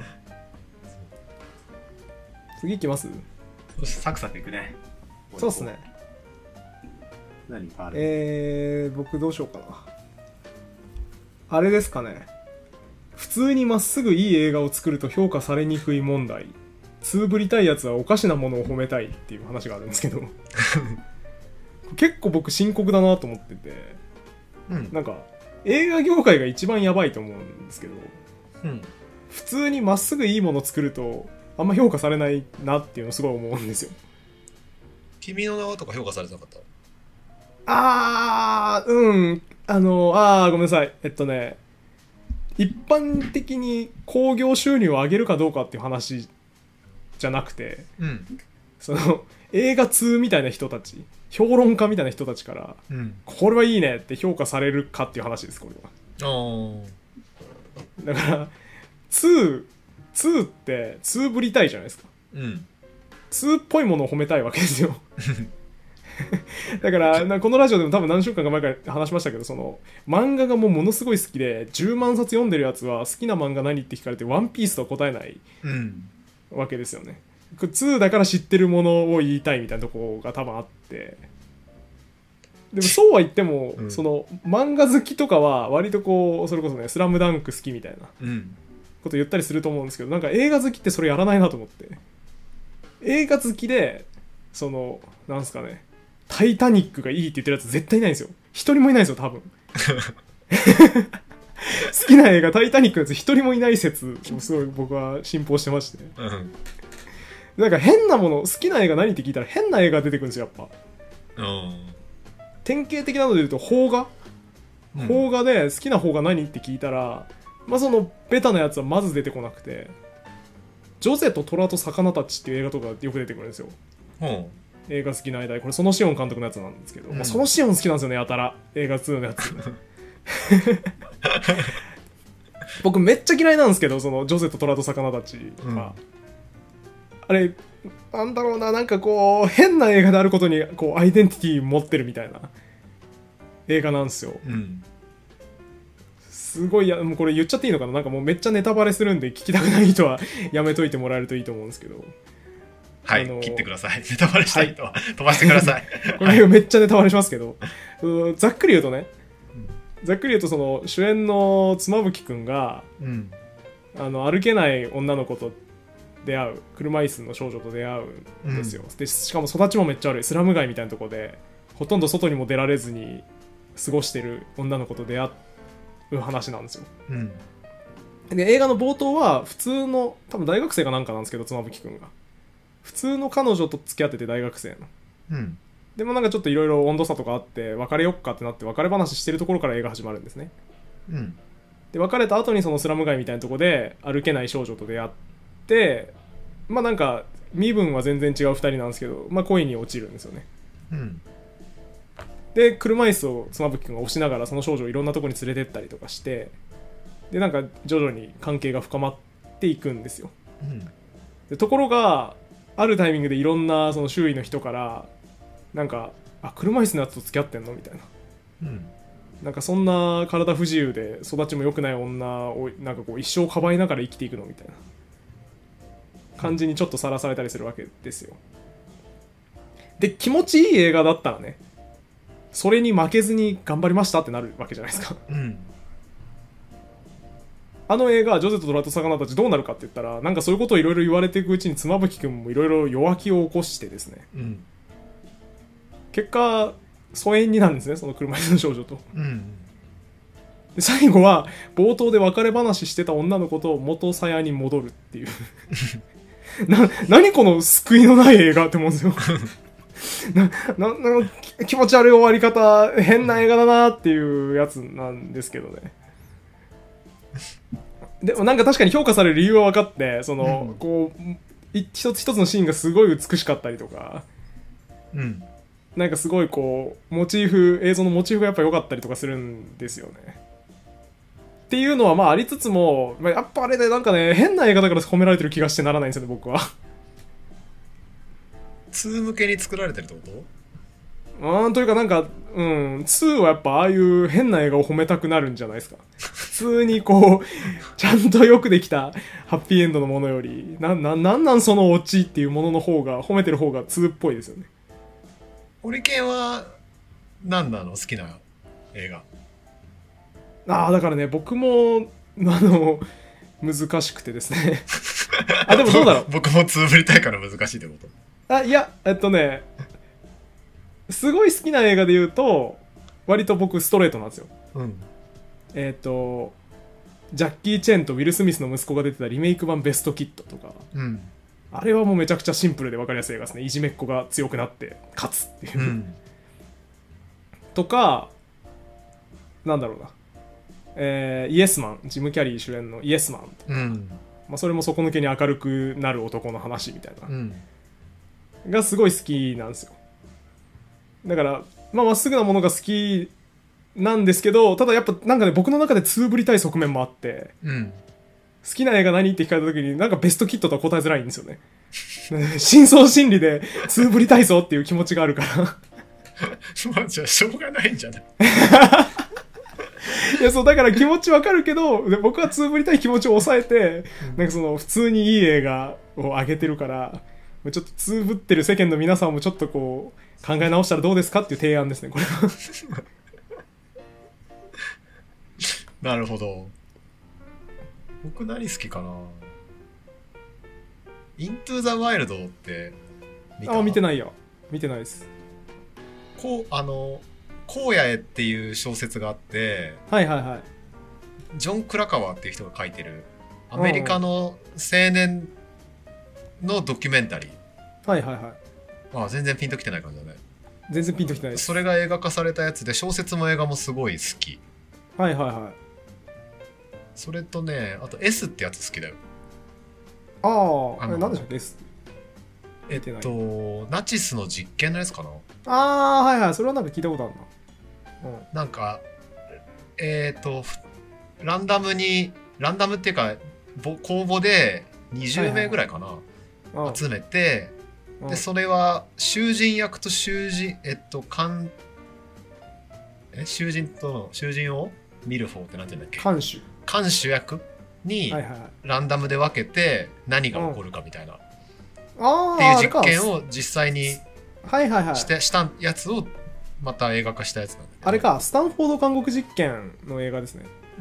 次行きます？ サクサクいくね。 そうっすね。 何かある？ 僕どうしようかな。あれですかね。普通にまっすぐいい映画を作ると評価されにくい問題。つぶりたいやつはおかしなものを褒めたいっていう話があるんですけど結構僕深刻だなと思ってて、なんか映画業界が一番やばいと思うんですけど、普通にまっすぐいいものを作るとあんま評価されないなっていうのをすごい思うんですよ。 君の名はとか評価されてなかった？ ごめんなさい。一般的に興行収入を上げるかどうかっていう話じゃなくて、その映画通みたいな人たち、評論家みたいな人たちから、これはいいねって評価されるかっていう話です、これは。だから2って2ぶりたいじゃないですか。2っぽいものを褒めたいわけですよ。だからこのラジオでも多分何週間か前から話しましたけど、その漫画がものすごい好きで10万冊読んでるやつは好きな漫画何って聞かれてワンピースとは答えないわけですよね。2だから知ってるものを言いたいみたいなところが多分あって、でもそうは言っても、その漫画好きとかは割とこうそれこそねスラムダンク好きみたいなこと言ったりすると思うんですけど、なんか映画好きってそれやらないなと思って、映画好きでそのなんすかね、タイタニックがいいって言ってるやつ絶対いないんですよ。一人もいないんですよ多分。好きな映画タイタニックのやつ一人もいない説をすごい僕は信奉してまして、なんか変なもの、好きな映画何って聞いたら変な映画出てくるんですよやっぱ。典型的なので言うと邦画、邦画で好きな邦画何って聞いたら、まあそのベタなやつはまず出てこなくて、ジョゼと虎と魚たちっていう映画とかよく出てくるんですよ。映画好きな間に、これそのシオン監督のやつなんですけど、そのシオン好きなんですよね、やたら映画2のやつ。僕めっちゃ嫌いなんですけど、そのジョゼと虎と魚たちは、あれなんだろうな、なんかこう変な映画であることにこうアイデンティティ持ってるみたいな映画なんですよ。すごいもうこれ言っちゃっていいのかな、なんかもうめっちゃネタバレするんで聞きたくない人はやめといてもらえるといいと思うんですけど。 はい、切ってください。ネタバレしたい人は、飛ばしてください。 これめっちゃネタバレしますけど、ざっくり言うとね、その主演の妻夫木くんが、歩けない女の子と出会う、車椅子の少女と出会うんですよ。でしかも育ちもめっちゃ悪いスラム街みたいなところでほとんど外にも出られずに過ごしてる女の子と出会う話なんですよ。で映画の冒頭は普通の多分大学生かなんかなんですけど、妻夫木くんが普通の彼女と付き合ってて大学生の、でもなんかちょっといろいろ温度差とかあって別れよっかってなって別れ話してるところから映画始まるんですね。で別れた後にそのスラム街みたいなところで歩けない少女と出会って、まあなんか身分は全然違う2人なんですけど、まあ恋に落ちるんですよね。で車椅子を妻夫木君が押しながらその少女をいろんなところに連れてったりとかして、でなんか徐々に関係が深まっていくんですよ。でところがあるタイミングでいろんなその周囲の人からなんか車椅子のやつと付き合ってんのみたいな、なんかそんな体不自由で育ちも良くない女をなんかこう一生かばいながら生きていくのみたいな感じにちょっとさらされたりするわけですよ。で気持ちいい映画だったらね、それに負けずに頑張りましたってなるわけじゃないですか。あの映画ジョゼと虎と魚たちどうなるかって言ったら、なんかそういうことをいろいろ言われていくうちに妻夫木君もいろいろ弱気を起こしてですね、結果疎遠になるんですね、その車椅子の少女と。で最後は冒頭で別れ話してた女の子と元鞘に戻るっていう何この救いのない映画って思うんですよ。気持ち悪い終わり方、変な映画だなっていうやつなんですけどね。でもなんか確かに評価される理由は分かって、その、こう一つ一つのシーンがすごい美しかったりとか、 なんかすごいこうモチーフ、映像のモチーフがやっぱ良かったりとかするんですよね。っていうのはまあありつつも、やっぱあれでなんかね、変な映画だから褒められてる気がしてならないんですよね、僕は。 2向けに作られてるってこと？ というかなんか、2はやっぱああいう変な映画を褒めたくなるんじゃないですか。普通にこう、ちゃんとよくできたハッピーエンドのものより、なんそのオチっていうものの方が、褒めてる方が2っぽいですよね。 ホリケンは何なの？好きな映画。 だからね、僕も、難しくてですね。でもどうだろう。 僕も2ぶりたいから難しいってこと？ いや、すごい好きな映画で言うと、割と僕ストレートなんですよ。 うん。 ジャッキー・チェンとウィル・スミスの息子が出てたリメイク版ベストキッドとか、 うん。 あれはもうめちゃくちゃシンプルで分かりやすい映画ですね。いじめっ子が強くなって勝つっていう、とか、なんだろうな、イエスマン、ジム・キャリー主演のイエスマン、それも底抜けに明るくなる男の話みたいな、がすごい好きなんですよ。だからまっすぐなものが好きなんですけど、ただやっぱなんかね、僕の中でつぶりたい側面もあって、好きな映画何って聞かれた時になんかベストキットとは答えづらいんですよね。深層心理でつぶりたいぞっていう気持ちがあるからじゃあしょうがないんじゃない？ いや、そうだから気持ちわかるけど、で僕はつぶりたい気持ちを抑えて、なんかその普通にいい映画を上げてるから、ちょっとつぶってる世間の皆さんもちょっとこう考え直したらどうですかっていう提案ですね、これは。 なるほど。僕何好きかな。イントゥ・ザ・ワイルドって見た？ 見てないよ。見てないです。 荒野へっていう小説があって、 はいはいはい。 ジョン・クラカワーっていう人が書いてるアメリカの青年のドキュメンタリー。 はいはいはい。 全然ピンときてない感じだね。 全然ピンときてないです。 それが映画化されたやつで、小説も映画もすごい好き。 はいはいはい。 それとね、あと S ってやつ好きだよ。 何でしたっけ S？ ナチスの実験のやつかな。 はいはい、それはなんか聞いたことあるな。 なんかランダムっていうか公募で20名ぐらいかな、集めて、でそれは囚人役と囚人を見る方ってなんて言うんだっけ、看守役にランダムで分けて何が起こるかみたいな、っていう実験を実際にしたやつをまた映画化したやつなんだけど、 あれか、スタンフォード監獄実験の映画ですね。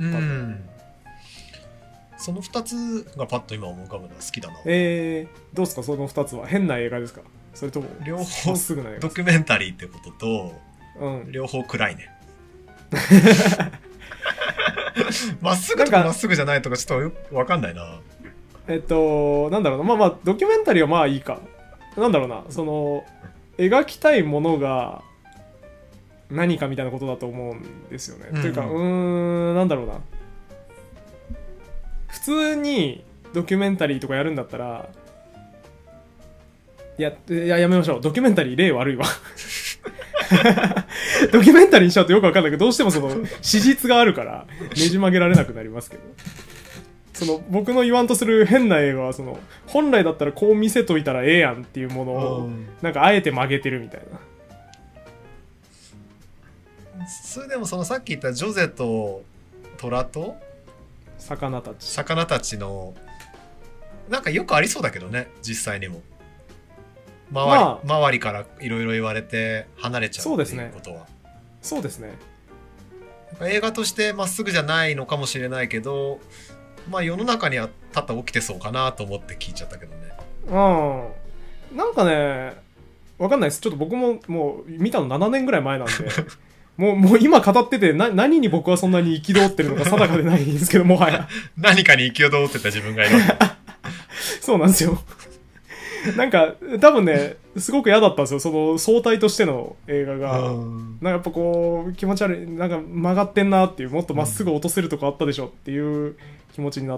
その2つがパッと今思い浮かぶのは好きだな。 どうですか、その2つは変な映画ですか、それとも両方すぐな映画ドキュメンタリーってことと、両方暗いね。まっすぐとかまっすぐじゃないとかちょっと分かんないな。 なんだろうな、ドキュメンタリーはまあいいか。なんだろうな、その描きたいものが何かみたいなことだと思うんですよね。というか、なんだろうな、普通にドキュメンタリーとかやるんだったら、やめましょう。ドキュメンタリー例悪いわ。ドキュメンタリーにしちゃうとよく分かんないけど、どうしてもその史実があるからねじ曲げられなくなりますけど、その僕の言わんとする変な映画は、その本来だったらこう見せといたらええやんっていうものをなんかあえて曲げてるみたいな。 それでもそのさっき言ったジョゼと虎と魚たちのなんかよくありそうだけどね、実際にも周りからいろいろ言われて離れちゃうっていうことは。 そうですね。 映画としてまっすぐじゃないのかもしれないけど、世の中には多々起きてそうかなと思って聞いちゃったけどね。 なんかね、わかんないです。ちょっと僕ももう見たの7年ぐらい前なんでもう今語ってて何に僕はそんなに憤ってるのか定かでないんですけど、もはや何かに憤ってた自分がいる。 そうなんですよ。なんか多分ね、すごく嫌だったんですよ、その総体としての映画が。なんかやっぱこう気持ち悪い、なんか曲がってんなっていう、もっとまっすぐ落とせるとこあったでしょっていう気持ちになった。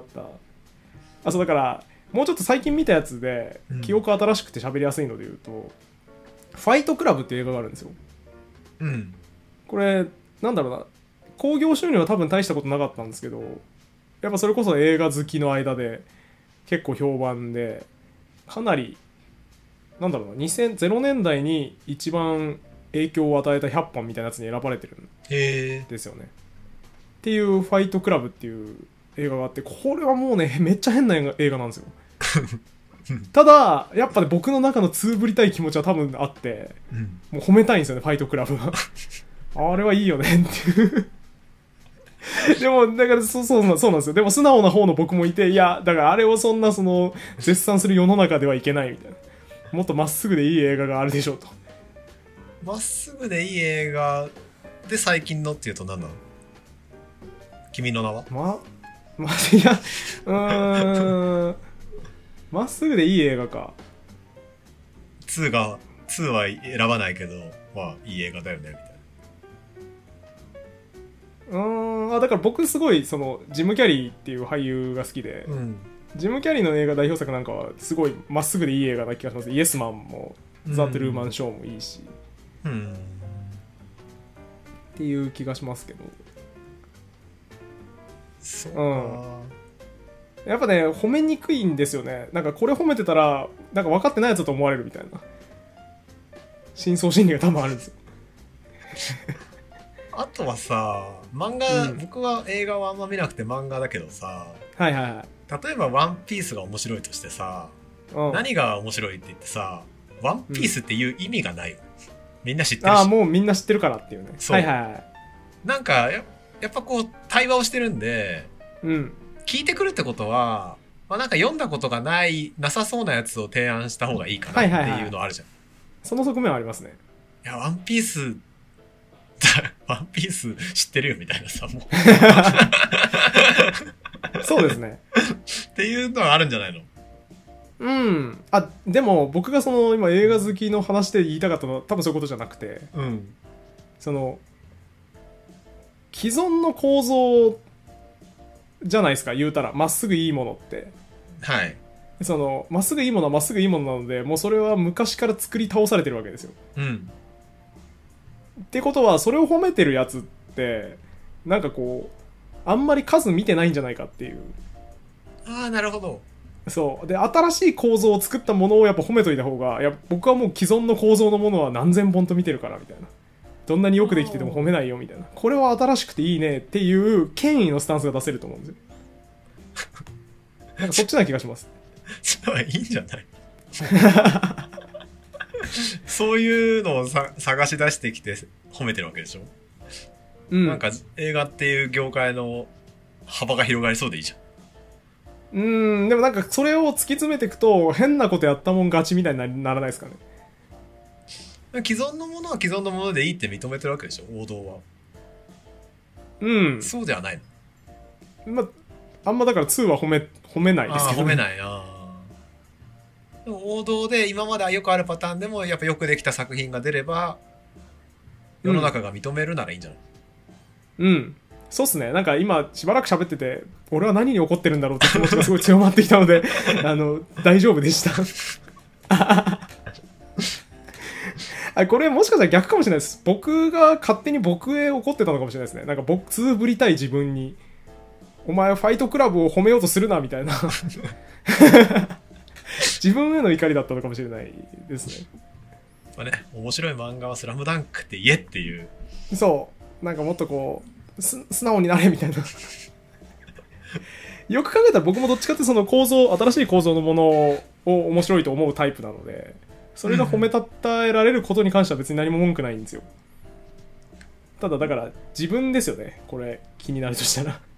そうだからもうちょっと最近見たやつで、記憶新しくて喋りやすいので言うと、 ファイトクラブっていう映画があるんですよ。 うん。 これなんだろうな、興行収入は多分大したことなかったんですけど、やっぱそれこそ映画好きの間で結構評判で、かなりなんだろうな、2000年代に一番影響を与えた100本みたいなやつに選ばれてるんですよね。っていうファイトクラブっていう映画があって、これはもうねめっちゃ変な映画なんですよ。ただやっぱね僕の中のつぶりたい気持ちは多分あって、もう褒めたいんですよね、ファイトクラブは。あれはいいよねっていうでもだからそうなんですよ。でも素直な方の僕もいて、いやだからあれをそんな絶賛する世の中ではいけないみたいな、もっとまっすぐでいい映画があるでしょうと。 まっすぐでいい映画で最近のっていうと何なの？君の名は？ いやまっすぐでいい映画か。 2は選ばないけど、まあいい映画だよねみたいな。 だから僕すごいジム・キャリーっていう俳優が好きで、ジム・キャリーの映画代表作なんかはすごいまっすぐでいい映画な気がします。イエスマンもザ・トゥルーマン・ショーもいいし、っていう気がしますけど。 そうか、 やっぱね褒めにくいんですよね。なんかこれ褒めてたらなんか分かってないやつだと思われるみたいな深層心理が多分あるんですよ。 あとはさ、漫画、僕は映画はあんま見なくて漫画だけどさ、 例えばワンピースが面白いとしてさ、何が面白いって言ってさ、ワンピースっていう意味がないよ、みんな知ってるし。 もうみんな知ってるからっていうね。 そう、なんかやっぱこう対話をしてるんで、聞いてくるってことは、なんか読んだことがなさそうなやつを提案した方がいいかなっていうのあるじゃん。 その側面はありますね。 いやワンピース知ってるよみたいなさ、もうそうですねっていうのはあるんじゃないの？ でも僕が今映画好きの話で言いたかったのは多分そういうことじゃなくて、既存の構造じゃないですか、言うたらまっすぐいいものって。まっすぐいいものはまっすぐいいものなので、もうそれは昔から作り倒されてるわけですよ。ってことはそれを褒めてるやつってなんかこうあんまり数見てないんじゃないかっていう。 なるほど。 そうで、新しい構造を作ったものをやっぱ褒めといた方が、僕はもう既存の構造のものは何千本と見てるからみたいな、どんなによくできてても褒めないよみたいな、これは新しくていいねっていう権威のスタンスが出せると思うんですよ。なんかそっちな気がします。 それはいいんじゃない？そういうのを探し出してきて褒めてるわけでしょ。なんか映画っていう業界の幅が広がりそうでいいじゃん。 でもなんかそれを突き詰めていくと変なことやったもん勝ちみたいにならないですかね。 既存のものは既存のものでいいって認めてるわけでしょ、王道は。そうではないの。あんまだから2は褒めないですけど、ね、 褒めないな。でも王道で今まではよくあるパターンでもやっぱよくできた作品が出れば世の中が認めるならいいんじゃない？ そうっすね。なんか今しばらく喋ってて俺は何に怒ってるんだろうって気持ちがすごい強まってきたので大丈夫でした。これもしかしたら逆かもしれないです。僕が勝手に僕へ怒ってたのかもしれないですね。なんか僕つぶりたい自分に、お前ファイトクラブを褒めようとするなみたいな自分への怒りだったのかもしれないですね。 面白い漫画はスラムダンクって言えっていう。 そうなんかもっとこう素直になれみたいな。よく考えたら僕もどっちかって新しい構造のものを面白いと思うタイプなので、それが褒めたたえられることに関しては別に何も文句ないんですよ。ただだから自分ですよね、これ気になるとしたら。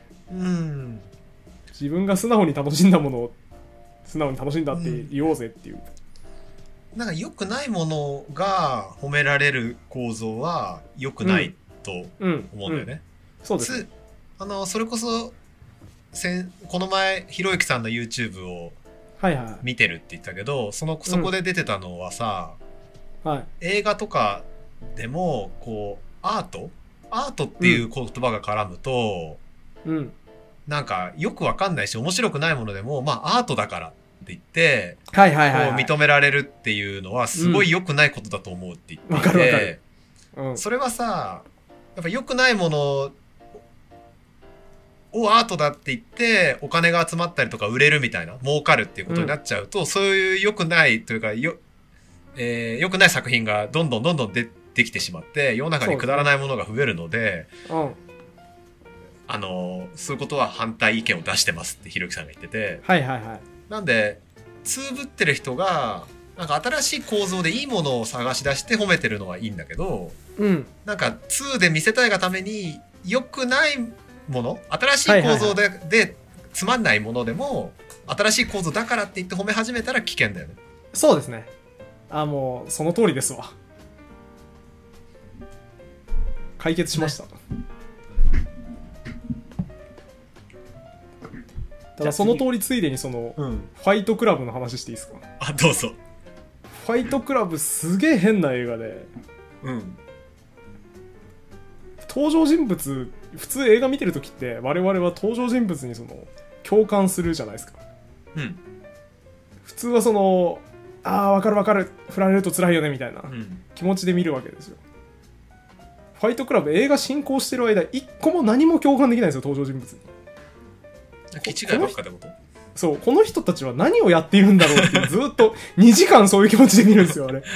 自分が素直に楽しんだものを素直に楽しんだって言おうぜっていう、 なんか良くないものが褒められる構造は良くないと思うんだよね。 そうです。 それこそこの前ひろゆきさんの YouTube を見てるって言ったけど、そこで出てたのはさ、映画とかでもこうアートっていう言葉が絡むと、なんかよくわかんないし面白くないものでもアートだからっ言って、 はいはいはい、はい、 こう認められるっていうのはすごい良くないことだと思うって言っていて、 わかるわかる、うん、 それはさ、やっぱ良くないものをアートだって言ってお金が集まったりとか売れるみたいな、儲かるっていうことになっちゃうと、そういう良くないというか良くない作品がどんどんできてしまって世の中にくだらないものが増えるので、そういうことは反対意見を出してますってひろゆきさんが言ってて、 はいはいはい、 なんでつぶってる人がなんか新しい構造でいいものを探し出して褒めてるのはいいんだけど、 うん、 なんか2で見せたいがために良くないもの、新しい構造でつまんないものでも新しい構造だからって言って褒め始めたら危険だよね。 そうですね。もうその通りですわ。解決しました、ね、ただその通りついでにその、ファイトクラブの話していいですか？ あ、どうぞ。 ファイトクラブすげえ変な映画で、登場人物、普通映画見てるときって我々は登場人物にその共感するじゃないですか、普通はその分かる分かる、振られると辛いよねみたいな気持ちで見るわけですよ。ファイトクラブ映画進行してる間一個も何も共感できないんですよ、登場人物に。 気違いばっかってこと？ そう、この人たちは何をやっているんだろうってずっと2時間そういう気持ちで見るんですよ、あれ。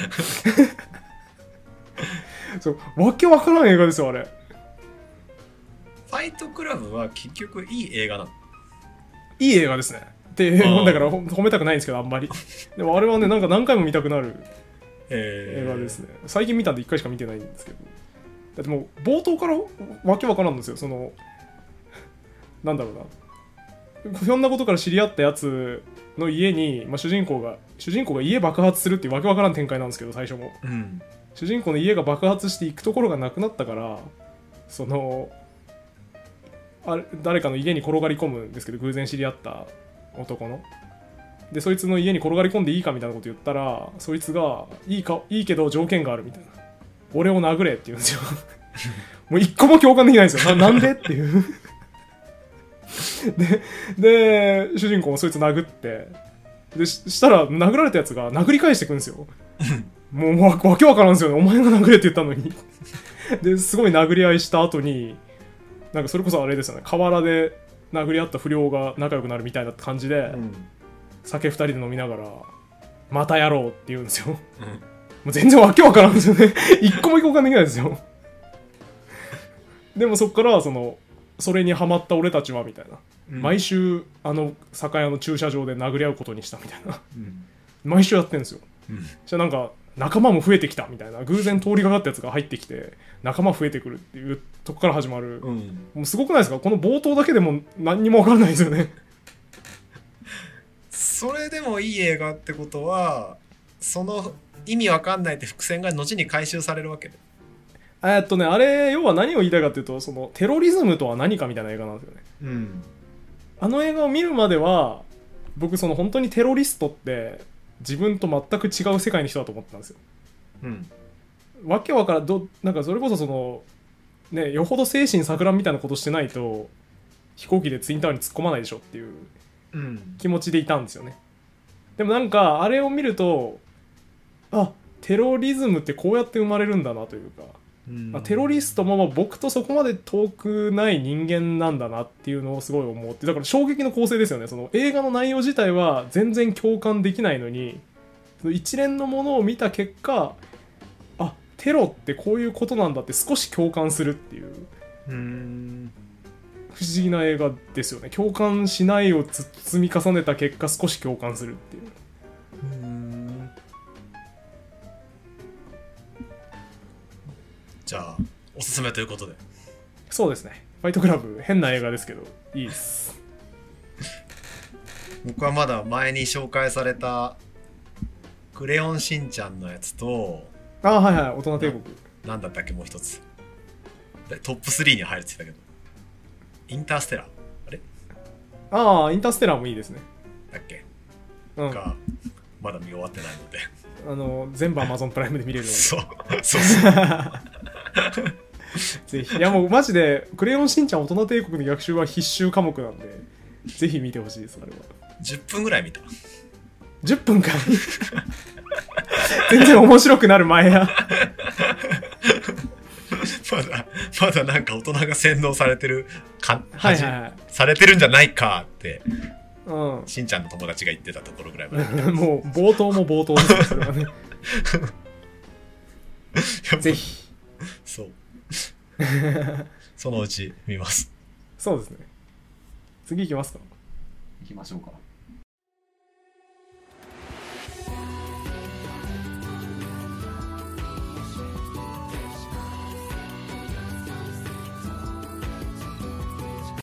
そう、わけわからん映画ですよ、あれ。 ファイトクラブは結局いい映画なの？ いい映画ですね。ってだから褒めたくないんですけど、あんまり。でもあれはね、なんか何回も見たくなる映画ですね。最近見たんで1回しか見てないんですけど。だってもう冒頭からわけわからんんですよ。そのなんだろうな、ひょんなことから知り合ったやつの家に、主人公が家爆発するっていうわけわからん展開なんですけど、最初も、主人公の家が爆発して行くところがなくなったから、その誰かの家に転がり込むんですけど、偶然知り合った男ので、そいつの家に転がり込んでいいかみたいなこと言ったら、そいつがいいけど条件があるみたいな、俺を殴れって言うんですよ。もう一個も共感できないんですよ。なんでっていうで主人公もそいつ殴って、でしたら殴られたやつが殴り返してくんですよ。もうわけわからんですよね、お前が殴れって言ったのに。ですごい殴り合いした後に、なんかそれこそあれですよね、河原で殴り合った不良が仲良くなるみたいな感じで、酒2人で飲みながらまたやろうって言うんですよ、もう全然わけわからんですよね。一個も共感できないですよ。でもそっからそれにハマった俺たちはみたいな、毎週酒屋の駐車場で殴り合うことにしたみたいな、毎週やってるんですよ。じゃあなんか仲間も増えてきたみたいな、偶然通りかかったやつが入ってきて仲間増えてくるっていうとこから始まる、もうすごくないですか？この冒頭だけでも何にも分からないですよね。 それでもいい映画ってことは、その意味わかんないって伏線が後に回収されるわけで。 あれ要は何を言いたいかっていうと、そのテロリズムとは何かみたいな映画なんですよね。あの映画を見るまでは僕本当にテロリストって自分と全く違う世界の人だと思ってたんですよ。わけわからなんかそれこそね、よほど精神錯乱みたいなことしてないと飛行機でツインタワーに突っ込まないでしょっていう気持ちでいたんですよね。でもなんかあれを見ると、テロリズムってこうやって生まれるんだなというか、テロリストも僕とそこまで遠くない人間なんだなっていうのをすごい思って、だから衝撃の構成ですよね。その映画の内容自体は全然共感できないのに、一連のものを見た結果、テロってこういうことなんだって少し共感するっていう不思議な映画ですよね。共感しないを積み重ねた結果少し共感するっていう。 じゃあおすすめということで。 そうですね、ファイトクラブ変な映画ですけどいいです。 僕はまだ前に紹介されたクレヨンしんちゃんのやつと、 はいはい、大人帝国なんだったっけ、もう一つトップ3に入るって言ってたけど、インターステラー、あれ、 インターステラーもいいですね。 だっけ、がまだ見終わってないので、全部 Amazon プライムで見れるのでそうぜひ。いやもうマジでクレヨンしんちゃん大人帝国の逆襲は必修科目なんでぜひ見てほしいです。あれは 10分ぐらい見た。 10分かい全然面白くなる前やまだなんか大人が洗脳されてるか、 はいはいはい、 されてるんじゃないかって、 うん、 しんちゃんの友達が言ってたところぐらいまでもう冒頭も冒頭ですねそれはねぜひそうそのうち見ます。 そうですね。次行きますか。 行きましょうか。